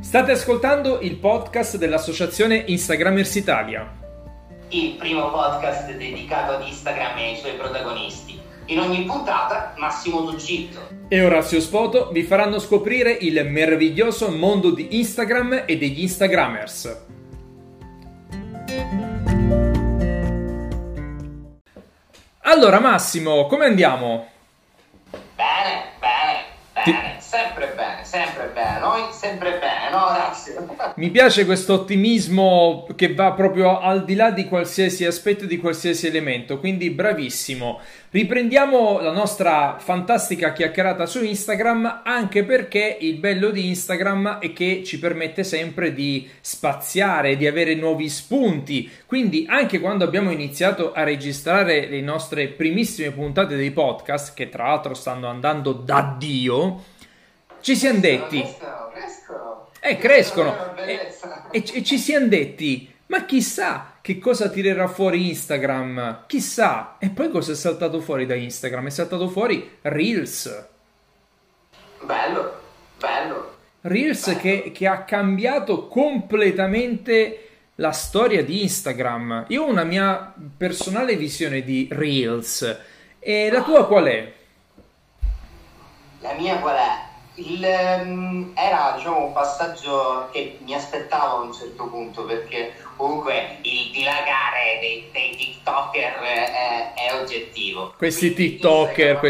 State ascoltando il podcast dell'Associazione Instagrammers Italia. Il primo podcast dedicato ad Instagram e ai suoi protagonisti. In ogni puntata Massimo Tuggitto e Orazio Spoto vi faranno scoprire il meraviglioso mondo di Instagram e degli Instagrammers. Allora Massimo, come andiamo? Bene, sempre bene, noi sempre bene, no Orazio? Mi piace questo ottimismo che va proprio al di là di qualsiasi aspetto, di qualsiasi elemento, quindi bravissimo. Riprendiamo la nostra fantastica chiacchierata su Instagram, anche perché il bello di Instagram è che ci permette sempre di spaziare, di avere nuovi spunti. Quindi anche quando abbiamo iniziato a registrare le nostre primissime puntate dei podcast, che tra l'altro stanno andando da Dio, ci siamo detti... Crescono. E ci siamo detti... Ma chissà che cosa tirerà fuori Instagram, chissà. E poi cosa è saltato fuori da Instagram? È saltato fuori Reels. Bello. Reels che ha cambiato completamente la storia di Instagram. Io ho una mia personale visione di Reels. E la tua qual è? La mia qual è? Era un passaggio che mi aspettavo a un certo punto, perché comunque il dilagare dei TikToker è oggettivo. Questi TikToker.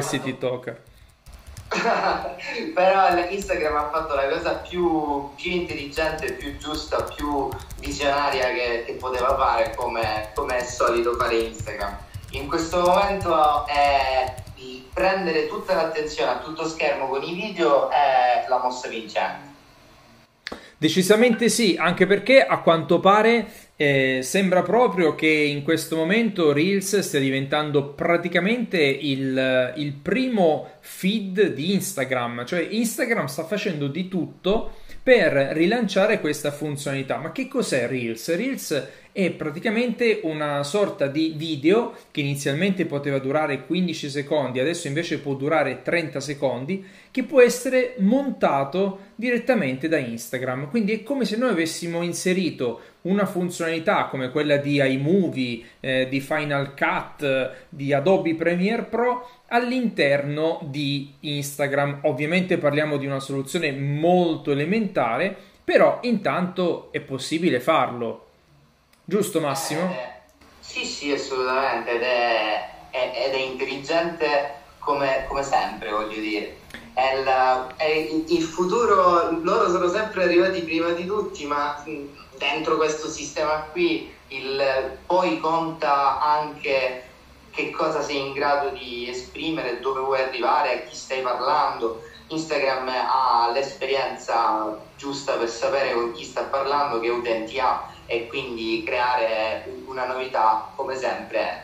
Però Instagram ha fatto la cosa più intelligente, più giusta, più visionaria che poteva fare, come è solito fare Instagram. In questo momento è prendere tutta l'attenzione a tutto schermo con i video è la mossa vincente. Decisamente sì, anche perché a quanto pare sembra proprio che in questo momento Reels stia diventando praticamente il primo feed di Instagram, cioè Instagram sta facendo di tutto per rilanciare questa funzionalità. Ma che cos'è Reels? Reels è praticamente una sorta di video che inizialmente poteva durare 15 secondi, adesso invece può durare 30 secondi, che può essere montato direttamente da Instagram. Quindi è come se noi avessimo inserito una funzionalità come quella di iMovie, di Final Cut, di Adobe Premiere Pro all'interno di Instagram. Ovviamente parliamo di una soluzione molto elementare, però intanto è possibile farlo. Giusto Massimo? Sì, assolutamente, ed è intelligente come sempre, voglio dire. È il futuro, loro sono sempre arrivati prima di tutti, ma dentro questo sistema qui poi conta anche che cosa sei in grado di esprimere, dove vuoi arrivare, a chi stai parlando. Instagram ha l'esperienza giusta per sapere con chi sta parlando, che utenti ha, e quindi creare una novità come sempre è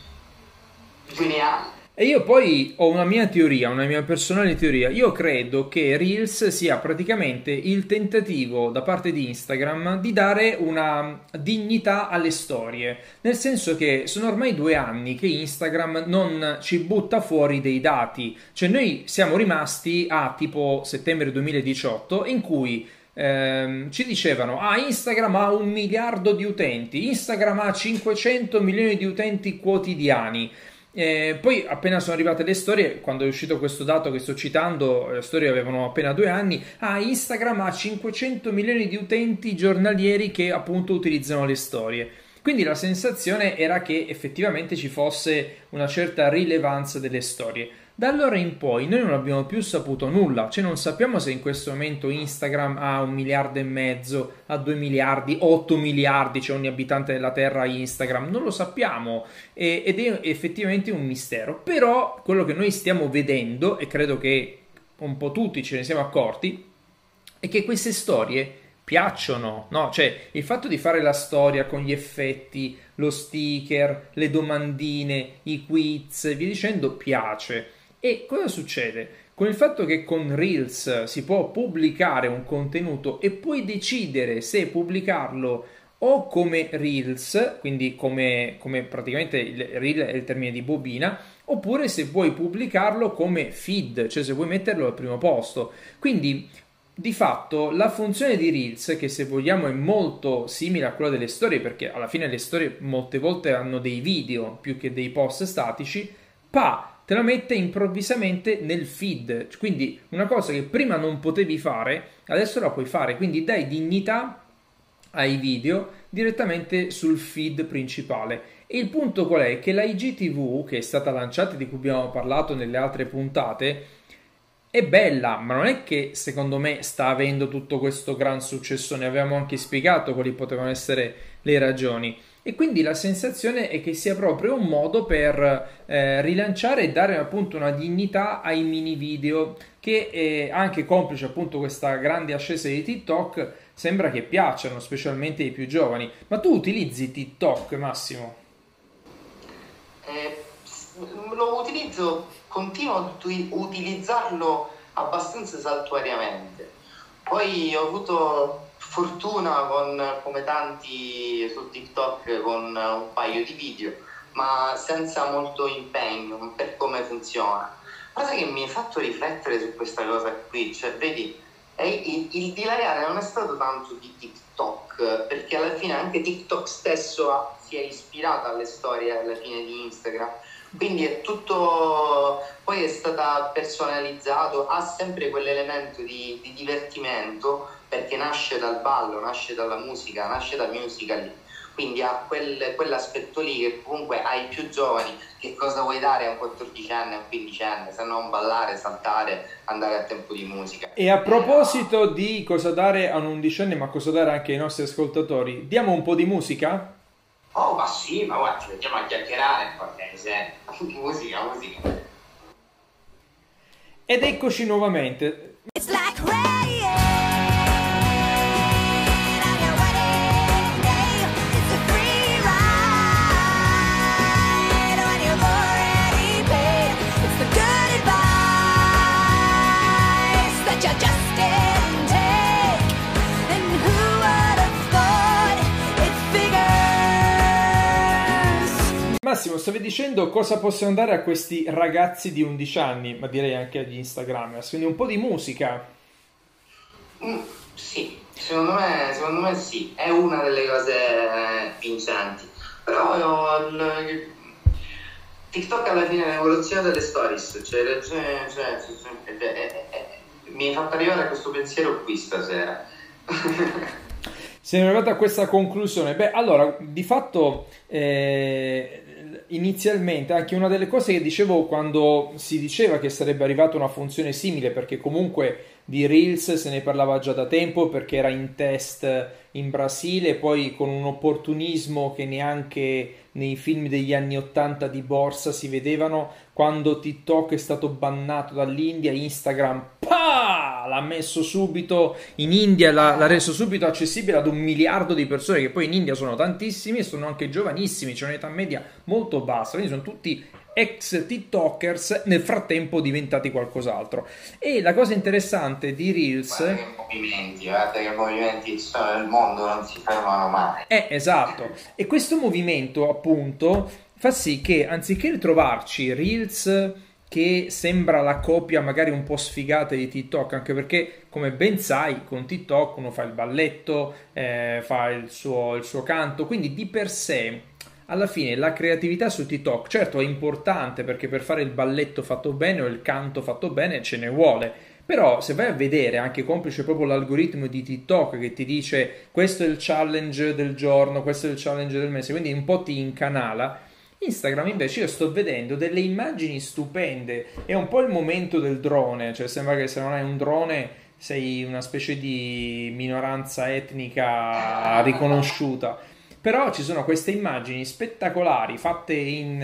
geniale. E io poi ho una mia teoria, una mia personale teoria. Io credo che Reels sia praticamente il tentativo da parte di Instagram di dare una dignità alle storie, nel senso che sono ormai 2 anni che Instagram non ci butta fuori dei dati, cioè noi siamo rimasti a tipo settembre 2018 in cui ci dicevano Instagram ha 1 miliardo di utenti, Instagram ha 500 milioni di utenti quotidiani. Poi appena sono arrivate le storie, quando è uscito questo dato che sto citando, le storie avevano appena 2 anni, Instagram ha 500 milioni di utenti giornalieri che appunto utilizzano le storie. Quindi la sensazione era che effettivamente ci fosse una certa rilevanza delle storie. Da allora in poi noi non abbiamo più saputo nulla, cioè non sappiamo se in questo momento Instagram ha 1,5 miliardi, ha 2 miliardi, 8 miliardi, cioè ogni abitante della terra ha Instagram, non lo sappiamo ed è effettivamente un mistero. Però quello che noi stiamo vedendo, e credo che un po' tutti ce ne siamo accorti, è che queste storie piacciono, no? Cioè il fatto di fare la storia con gli effetti, lo sticker, le domandine, i quiz e via dicendo piace. E cosa succede? Con il fatto che con Reels si può pubblicare un contenuto e puoi decidere se pubblicarlo o come Reels, quindi come praticamente il Reel è il termine di bobina, oppure se vuoi pubblicarlo come feed, cioè se vuoi metterlo al primo posto. Quindi di fatto la funzione di Reels, che se vogliamo è molto simile a quella delle storie, perché alla fine le storie molte volte hanno dei video più che dei post statici, te la mette improvvisamente nel feed, quindi una cosa che prima non potevi fare, adesso la puoi fare, quindi dai dignità ai video direttamente sul feed principale. E il punto qual è? Che la IGTV, che è stata lanciata, di cui abbiamo parlato nelle altre puntate, è bella, ma non è che secondo me sta avendo tutto questo gran successo. Ne avevamo anche spiegato quali potevano essere le ragioni. E quindi la sensazione è che sia proprio un modo per rilanciare e dare appunto una dignità ai mini video che anche complice appunto questa grande ascesa di TikTok sembra che piacciono, specialmente ai più giovani. Ma tu utilizzi TikTok, Massimo? Lo utilizzo, continuo a utilizzarlo abbastanza saltuariamente. Poi ho avuto fortuna come tanti su TikTok, con un paio di video, ma senza molto impegno per come funziona. Cosa che mi ha fatto riflettere su questa cosa qui, cioè vedi, il dilagare non è stato tanto di TikTok, perché alla fine anche TikTok stesso si è ispirato alle storie alla fine di Instagram, quindi è tutto, poi è stata personalizzato, ha sempre quell'elemento di divertimento, perché nasce dal ballo, nasce dalla musica, nasce da musical, quindi ha quell'aspetto lì che comunque ai più giovani, che cosa vuoi dare a un 14enne, a un 15enne, se non ballare, saltare, andare a tempo di musica. E a proposito di cosa dare a un undicenne, ma cosa dare anche ai nostri ascoltatori, diamo un po' di musica? Oh, ma sì, ma guarda, ci mettiamo a chiacchierare, musica. Ed eccoci nuovamente. It's like rain on your wedding day. It's a free ride when you've already paid. It's the good advice that you just didn't take. And who would have thought it figures? Massimo, stavi dicendo cosa possiamo dare a questi ragazzi di 11 anni, ma direi anche agli Instagramers, quindi un po' di musica. Sì, secondo me sì, è una delle cose vincenti. Però TikTok alla fine è l'evoluzione delle stories, mi hai fatto arrivare a questo pensiero qui stasera. Siamo arrivati a questa conclusione. Beh, allora, di fatto, inizialmente, anche una delle cose che dicevo quando si diceva che sarebbe arrivata una funzione simile, perché comunque di Reels se ne parlava già da tempo, perché era in test in Brasile, poi con un opportunismo che neanche nei film degli anni 80 di borsa si vedevano, quando TikTok è stato bannato dall'India, Instagram l'ha messo subito in India, l'ha reso subito accessibile ad 1 miliardo di persone, che poi in India sono tantissimi e sono anche giovanissimi, c'è un'età media molto bassa, quindi sono tutti ex TikTokers nel frattempo diventati qualcos'altro. E la cosa interessante di Reels, guarda che movimenti ci sono nel mondo, non si fermano mai. Esatto, e questo movimento appunto fa sì che anziché ritrovarci Reels che sembra la copia magari un po' sfigata di TikTok, anche perché come ben sai con TikTok uno fa il balletto, fa il suo canto, quindi di per sé alla fine la creatività su TikTok certo è importante, perché per fare il balletto fatto bene o il canto fatto bene ce ne vuole, però se vai a vedere, anche complice proprio l'algoritmo di TikTok che ti dice questo è il challenge del giorno, questo è il challenge del mese, quindi un po' ti incanala. Instagram invece io sto vedendo delle immagini stupende, è un po' il momento del drone, cioè sembra che se non hai un drone sei una specie di minoranza etnica riconosciuta, però ci sono queste immagini spettacolari fatte in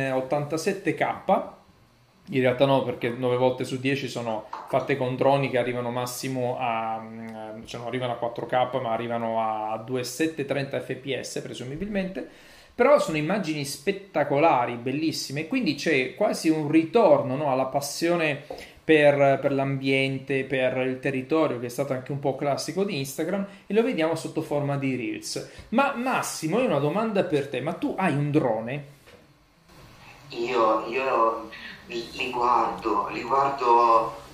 87k, in realtà no, perché 9 volte su 10 sono fatte con droni che arrivano massimo cioè non arrivano a 4k ma arrivano a 2,730 fps presumibilmente. Però sono immagini spettacolari, bellissime, quindi c'è quasi un ritorno, no, alla passione per l'ambiente, per il territorio, che è stato anche un po' classico di Instagram, e lo vediamo sotto forma di Reels. Ma Massimo, io ho una domanda per te, ma tu hai un drone? Io li guardo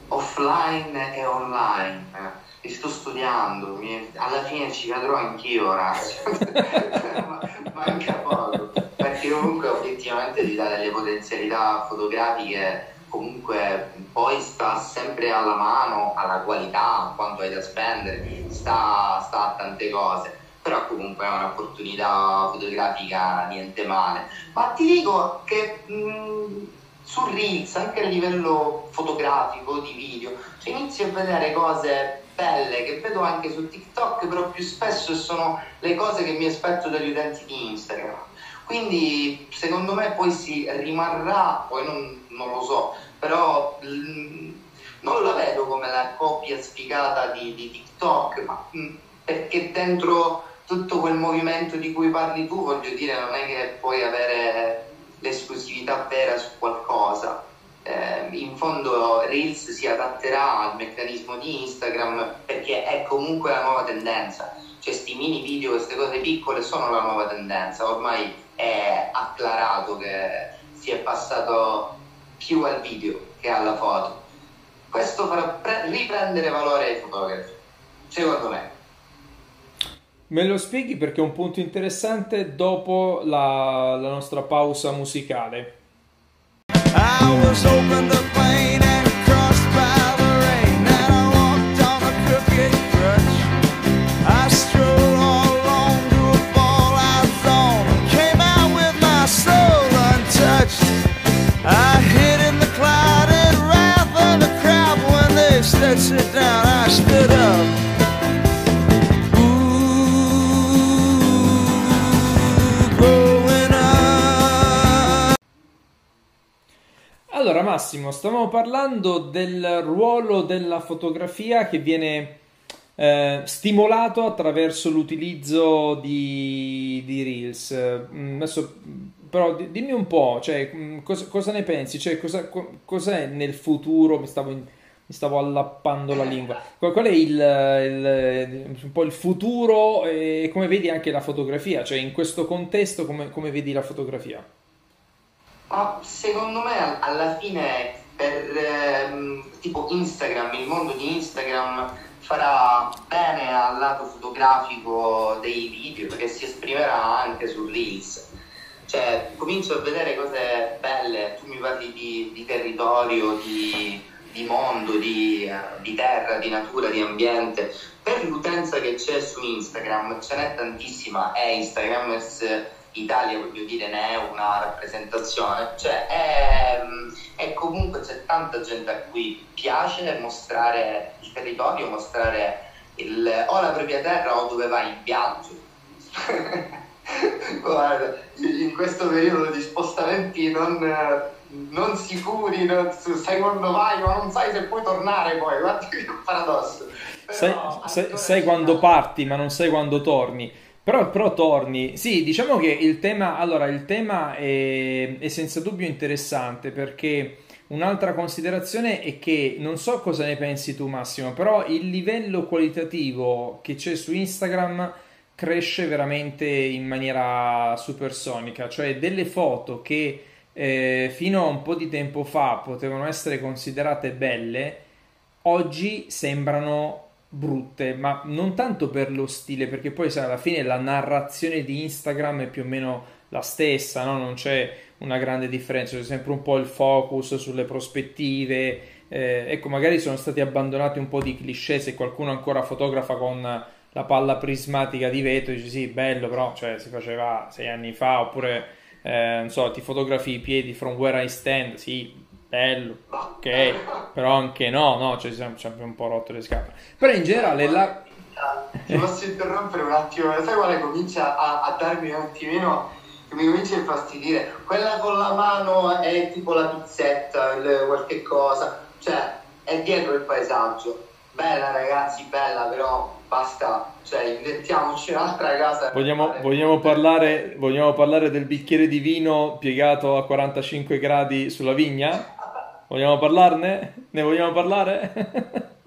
offline e online. E sto studiando, alla fine ci cadrò anch'io, ragazzi. Manca poco, perché comunque obiettivamente ti dà delle potenzialità fotografiche, comunque poi sta sempre alla mano, alla qualità, quanto hai da spendere, sta a tante cose, però comunque è un'opportunità fotografica niente male. Ma ti dico che su Reels, anche a livello fotografico, di video, cioè inizi a vedere cose belle che vedo anche su TikTok, però più spesso sono le cose che mi aspetto dagli utenti di Instagram. Quindi secondo me poi si rimarrà, poi non lo so, però non la vedo come la coppia sfigata di TikTok, ma perché dentro tutto quel movimento di cui parli tu, voglio dire, non è che puoi avere l'esclusività vera su qualcosa. In fondo Reels si adatterà al meccanismo di Instagram perché è comunque la nuova tendenza, cioè sti mini video, queste cose piccole sono la nuova tendenza, ormai è acclarato che si è passato più al video che alla foto. Questo farà riprendere valore ai fotografi, secondo me. Me lo spieghi perché è un punto interessante dopo la nostra pausa musicale. I was open the plane and crossed by the rain, and I walked on a crooked crutch. I strolled all along to a fallout zone and came out with my soul untouched. I hid in the cloud and wrath of the crowd when they said sit down. I stood up. Allora Massimo, stavamo parlando del ruolo della fotografia che viene stimolato attraverso l'utilizzo di Reels. Adesso, però dimmi un po', cioè, cosa ne pensi? Cioè, cos'è nel futuro? Mi stavo allappando la lingua. Qual è un po' il futuro e come vedi anche la fotografia? Cioè, in questo contesto, come vedi la fotografia? Ma secondo me alla fine tipo Instagram, il mondo di Instagram farà bene al lato fotografico dei video perché si esprimerà anche su Reels. Cioè comincio a vedere cose belle, tu mi parli di territorio, di mondo, di terra, di natura, di ambiente. Per l'utenza che c'è su Instagram, ce n'è tantissima, è Instagrammers Italia, voglio dire, ne è una rappresentazione, cioè è comunque c'è tanta gente a cui piace mostrare il territorio, mostrare o la propria terra o dove vai in viaggio. Guarda, in questo periodo di spostamenti non sicuri, sai quando vai ma non sai se puoi tornare poi, guarda che paradosso. Sai quando parti ma non sai quando torni. Però torni, sì, diciamo che il tema è senza dubbio interessante perché un'altra considerazione è che non so cosa ne pensi tu Massimo, però il livello qualitativo che c'è su Instagram cresce veramente in maniera supersonica, cioè delle foto che fino a un po' di tempo fa potevano essere considerate belle, oggi sembrano brutte, ma non tanto per lo stile, perché poi sai, alla fine la narrazione di Instagram è più o meno la stessa, no? Non c'è una grande differenza, c'è sempre un po' il focus sulle prospettive, ecco, magari sono stati abbandonati un po' di cliché, se qualcuno ancora fotografa con la palla prismatica di vetro, dice sì, bello, però cioè, si faceva 6 anni fa, oppure non so, ti fotografi i piedi from where I stand, sì, bello, ok, però anche no, cioè siamo sempre un po' rotto le scatole. Però in generale ti posso interrompere un attimo, sai quale comincia a darmi un attimino, che mi comincia a infastidire? Quella con la mano è tipo la pizzetta, qualche cosa, cioè è dietro il paesaggio. Bella ragazzi, bella, però basta, cioè inventiamoci un'altra casa. Vogliamo parlare del bicchiere di vino piegato a 45 gradi sulla vigna? Vogliamo parlarne? Ne vogliamo parlare?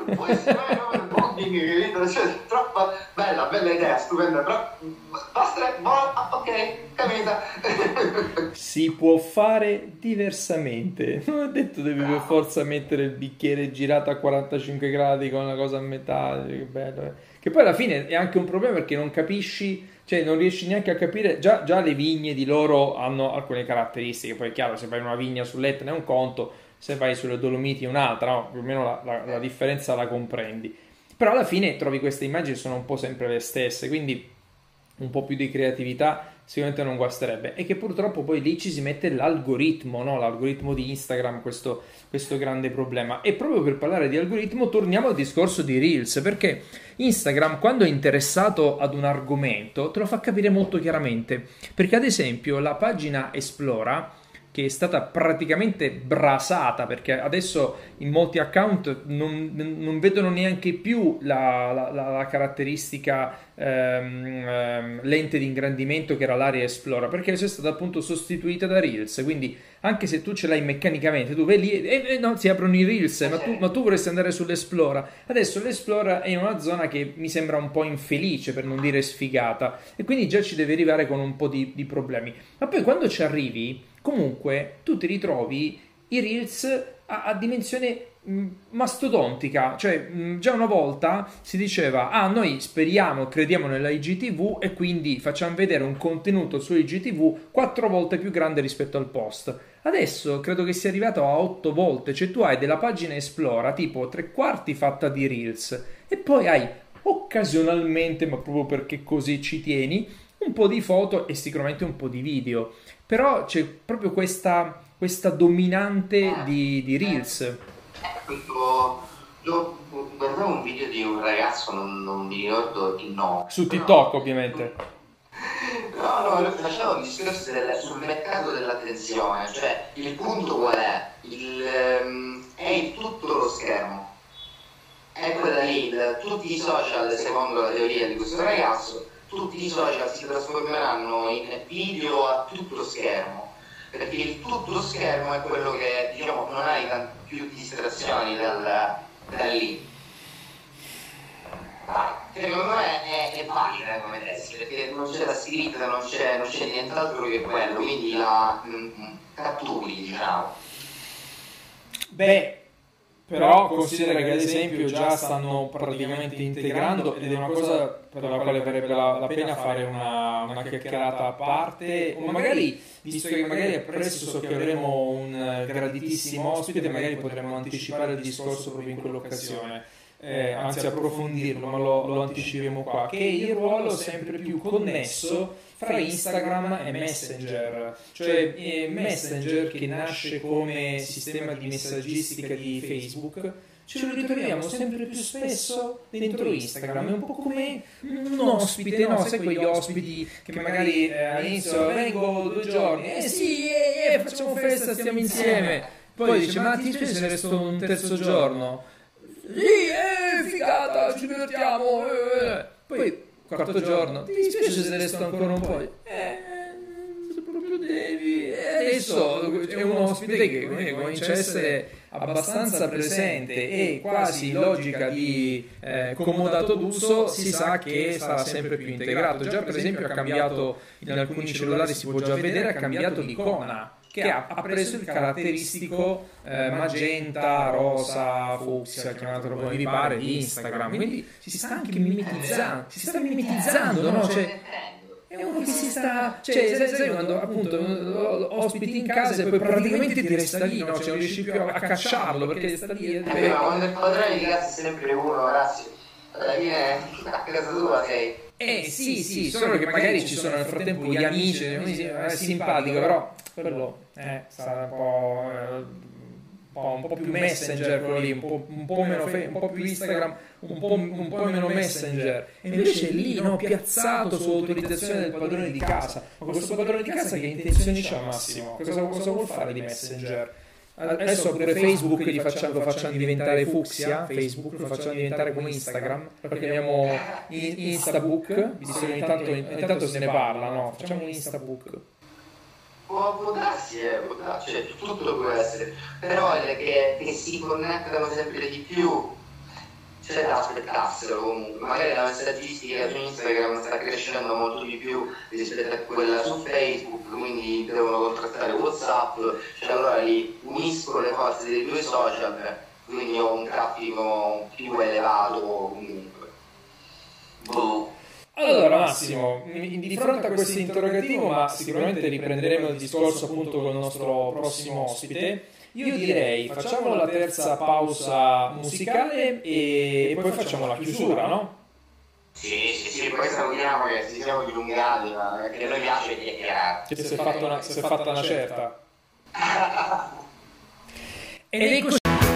Può essere un bombing, capito? Cioè, troppo bella idea, stupenda, però basta, ok, capita. Si può fare diversamente. Non ho detto devi per forza mettere il bicchiere girato a 45 gradi con una cosa a metà. Che bello. Che poi alla fine è anche un problema perché non capisci, cioè non riesci neanche a capire. Già le vigne di loro hanno alcune caratteristiche. Poi è chiaro, se vai in una vigna sull'Etna è un conto, se vai sulle Dolomiti è un'altra, no? Più o meno la differenza la comprendi. Però alla fine trovi queste immagini sono un po' sempre le stesse, quindi un po' più di creatività sicuramente non guasterebbe. E che purtroppo poi lì ci si mette l'algoritmo, no? L'algoritmo di Instagram, questo grande problema. E proprio per parlare di algoritmo torniamo al discorso di Reels, perché Instagram quando è interessato ad un argomento te lo fa capire molto chiaramente, perché ad esempio la pagina Esplora, che è stata praticamente brasata, perché adesso in molti account non vedono neanche più la caratteristica lente di ingrandimento che era l'area Esplora, perché è stata appunto sostituita da Reels. Quindi anche se tu ce l'hai meccanicamente, tu vai lì e no, si aprono i Reels, ma tu vorresti andare sull'Esplora. Adesso l'Esplora è in una zona che mi sembra un po' infelice, per non dire sfigata, e quindi già ci deve arrivare con un po' di problemi. Ma poi quando ci arrivi, comunque tu ti ritrovi i Reels a dimensione mastodontica. Cioè già una volta si diceva noi crediamo nella IGTV e quindi facciamo vedere un contenuto su IGTV 4 volte più grande rispetto al post. Adesso credo che sia arrivato a 8 volte, cioè tu hai della pagina Esplora tipo 3/4 fatta di Reels e poi hai occasionalmente, ma proprio perché così ci tieni, un po' di foto e sicuramente un po' di video. Però c'è proprio questa dominante di Reels. Io guardavo un video di un ragazzo, non mi ricordo il nome. Su TikTok, ovviamente. No, lui faceva un discorso sul mercato dell'attenzione, cioè il punto qual è? È tutto lo schermo. È quella lì, tutti i social, secondo la teoria di questo ragazzo, tutti i social si trasformeranno in video a tutto schermo, perché il tutto schermo è quello che, diciamo, non hai più distrazioni da lì. Secondo me è valida come tesi, perché non c'è la scritta, non c'è nient'altro che quello, quindi la catturi, diciamo. Beh, però considera che ad esempio già stanno praticamente integrando, ed è una cosa per la quale varrebbe la pena fare una chiacchierata a parte, o magari, visto che magari presto so che avremo un graditissimo ospite, magari potremmo anticipare il discorso proprio in quell'occasione. Anzi approfondirlo, ma lo anticipiamo qua, che è il ruolo sempre più connesso fra Instagram e Messenger, cioè Messenger, che nasce come sistema di messaggistica di Facebook, ce lo ritroviamo sempre più spesso dentro Instagram. È un po' come un ospite, no? Sai quegli ospiti che magari all'inizio vengo 2 giorni, facciamo festa, stiamo insieme, poi dice ma ti spiace se resto un terzo giorno? Sì, figata, ci divertiamo. Poi, 4° giorno, ti dispiace se resto ancora un po'? Se proprio devi. Adesso è un ospite che comincia a essere abbastanza presente e quasi in logica di comodato d'uso, si sa che sarà sempre più integrato. Già per esempio ha cambiato, in alcuni cellulari si può già vedere, ha cambiato l'icona, che ha preso il caratteristico magenta, rosa, fucsia, chiamatelo come vi pare, di Instagram. Quindi si sta anche mimetizzando, no? Cioè, è uno che si sta, cioè, sai quando appunto ospiti in casa e poi praticamente ti resta lì, no? Cioè non riesci più a cacciarlo perché sta lì. Ma quando il padrone di casa è sempre uno, ragazzi, alla fine a casa tua sei. Sì, solo che magari ci sono nel frattempo gli amici, è simpatico, però quello sarà un po' più Messenger, quello lì, un po' meno un po' più Instagram, un po' meno Messenger. E invece lì, no, piazzato su autorizzazione del padrone di casa. Ma questo padrone di casa che intenzioni c'ha, Massimo? Cosa vuol fare di Messenger? Adesso pure Facebook lo facciamo diventare fucsia, Facebook lo facciamo diventare come Instagram, lo chiamiamo Instabook, visto che intanto se ne parla, no? Facciamo un Instabook. Può darsi, tutto può essere, però è che si connettano sempre di più se l'aspettassero comunque. Magari la messaggistica su Instagram sta crescendo molto di più rispetto a quella su Facebook, quindi devono contrastare WhatsApp, cioè allora lì unisco le forze dei due social, quindi ho un traffico più elevato comunque. Boh. Allora Massimo, di fronte a questo interrogativo, ma sicuramente riprenderemo il discorso appunto con il nostro prossimo ospite, io direi facciamo la terza pausa musicale e poi facciamo la chiusura, no? Sì, poi salutiamo che ci siamo dilungati, ma perché a noi piace chiacchierare. Che si è fatta una certa. Ed eccoci.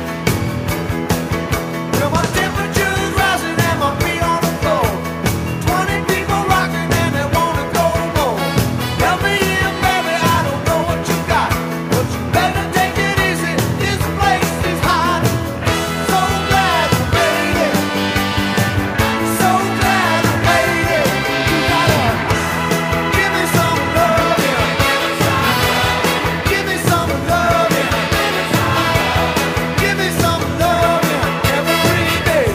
Now my temperature's rising and my feet on the floor. 20 people rocking and they wanna go more. Help me in, baby, I don't know what you got, but you better take it easy. This place is hot. So glad you made it. So glad you made it. You gotta give me some love, give me some love, give me some love every day.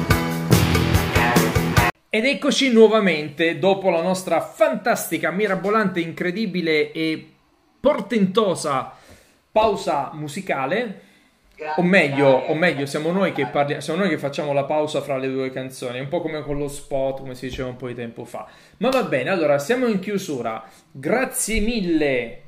Ed eccoci nuovamente dopo la nostra fantastica, mirabolante, incredibile e portentosa pausa musicale. O meglio, siamo noi che facciamo la pausa fra le due canzoni, un po' come con lo spot, come si diceva un po' di tempo fa. Ma va bene, allora siamo in chiusura. Grazie mille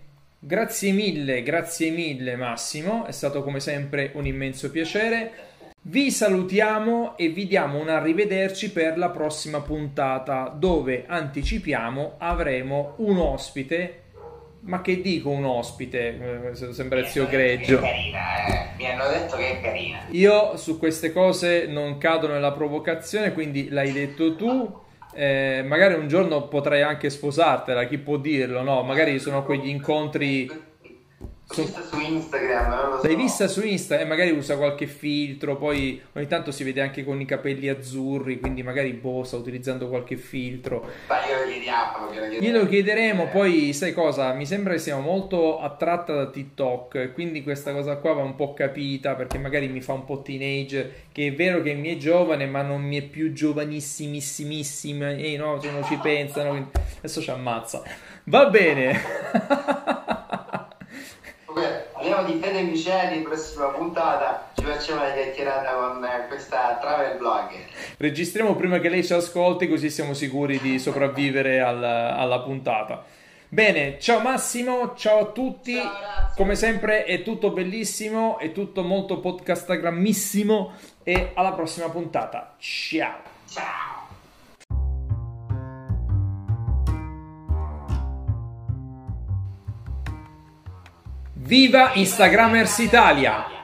Massimo, è stato come sempre un immenso piacere. Vi salutiamo e vi diamo un arrivederci per la prossima puntata, dove anticipiamo avremo un ospite. Ma che dico un ospite? Sembra zio Greggio. Mi hanno detto che è carina. Io su queste cose non cado nella provocazione, quindi l'hai detto tu. Magari un giorno potrai anche sposartela, chi può dirlo, no? Magari sono quegli incontri. L'ho vista su Instagram, non lo so. L'hai vista su Insta e magari usa qualche filtro, poi ogni tanto si vede anche con i capelli azzurri, quindi magari sta utilizzando qualche filtro. Ma Glielo chiederemo, poi sai cosa? Mi sembra che sia molto attratta da TikTok, quindi questa cosa qua va un po' capita, perché magari mi fa un po' teenager, che è vero che mi è giovane, ma non mi è più giovanissimissima, no, se non ci pensano, quindi adesso ci ammazza. Va bene. Parliamo di Fede Miceli, prossima puntata ci facciamo una chiacchierata con questa travel blogger. Registriamo prima che lei ci ascolti, così siamo sicuri di sopravvivere alla puntata. Bene, ciao Massimo, ciao a tutti. Ciao, grazie. Come sempre è tutto bellissimo, è tutto molto podcastagrammissimo e alla prossima puntata. Ciao. Ciao. Viva Instagrammers Italia!